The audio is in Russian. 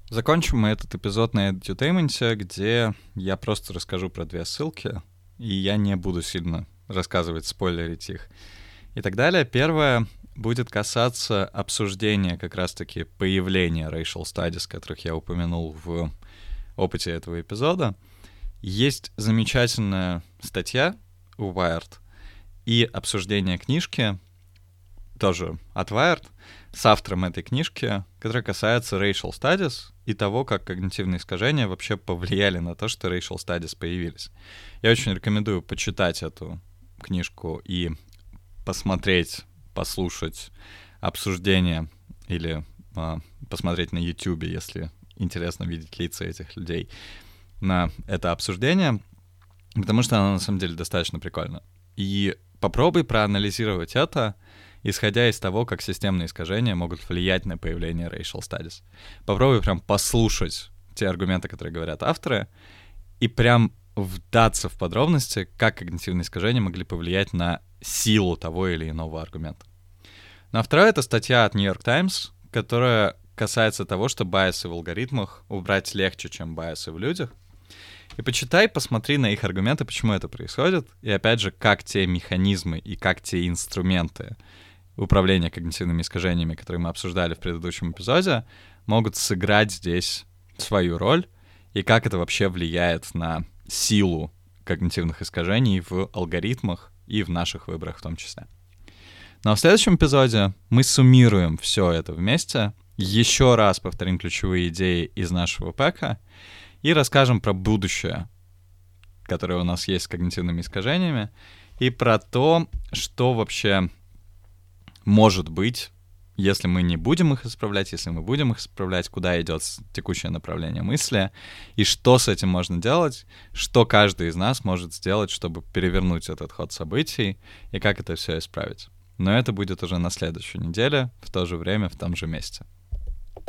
Закончим мы этот эпизод на Edutainment, где я просто расскажу про две ссылки, и я не буду сильно рассказывать, спойлерить их и так далее. Первое будет касаться обсуждения как раз-таки появления racial studies, которых я упомянул в опыте этого эпизода. Есть замечательная статья у Wired и обсуждение книжки, тоже от Wired, с автором этой книжки, которая касается racial studies и того, как когнитивные искажения вообще повлияли на то, что racial studies появились. Я очень рекомендую почитать эту книжку и посмотреть, послушать обсуждение или посмотреть на YouTube, если интересно видеть лица этих людей, на это обсуждение, потому что оно на самом деле достаточно прикольно. И попробуй проанализировать это, исходя из того, как системные искажения могут влиять на появление racial studies. Попробуй прям послушать те аргументы, которые говорят авторы, и прям вдаться в подробности, как когнитивные искажения могли повлиять на силу того или иного аргумента. Ну а вторая — это статья от New York Times, которая касается того, что байсы в алгоритмах убрать легче, чем байсы в людях. И почитай, посмотри на их аргументы, почему это происходит, и опять же, как те механизмы и как те инструменты управления когнитивными искажениями, которые мы обсуждали в предыдущем эпизоде, могут сыграть здесь свою роль, и как это вообще влияет на силу когнитивных искажений в алгоритмах и в наших выборах в том числе. Ну а в следующем эпизоде мы суммируем все это вместе, еще раз повторим ключевые идеи из нашего пэка и расскажем про будущее, которое у нас есть с когнитивными искажениями, и про то, что вообще может быть, если мы не будем их исправлять, если мы будем их исправлять, куда идет текущее направление мысли, и что с этим можно делать, что каждый из нас может сделать, чтобы перевернуть этот ход событий, и как это все исправить. Но это будет уже на следующей неделе, в то же время, в том же месте.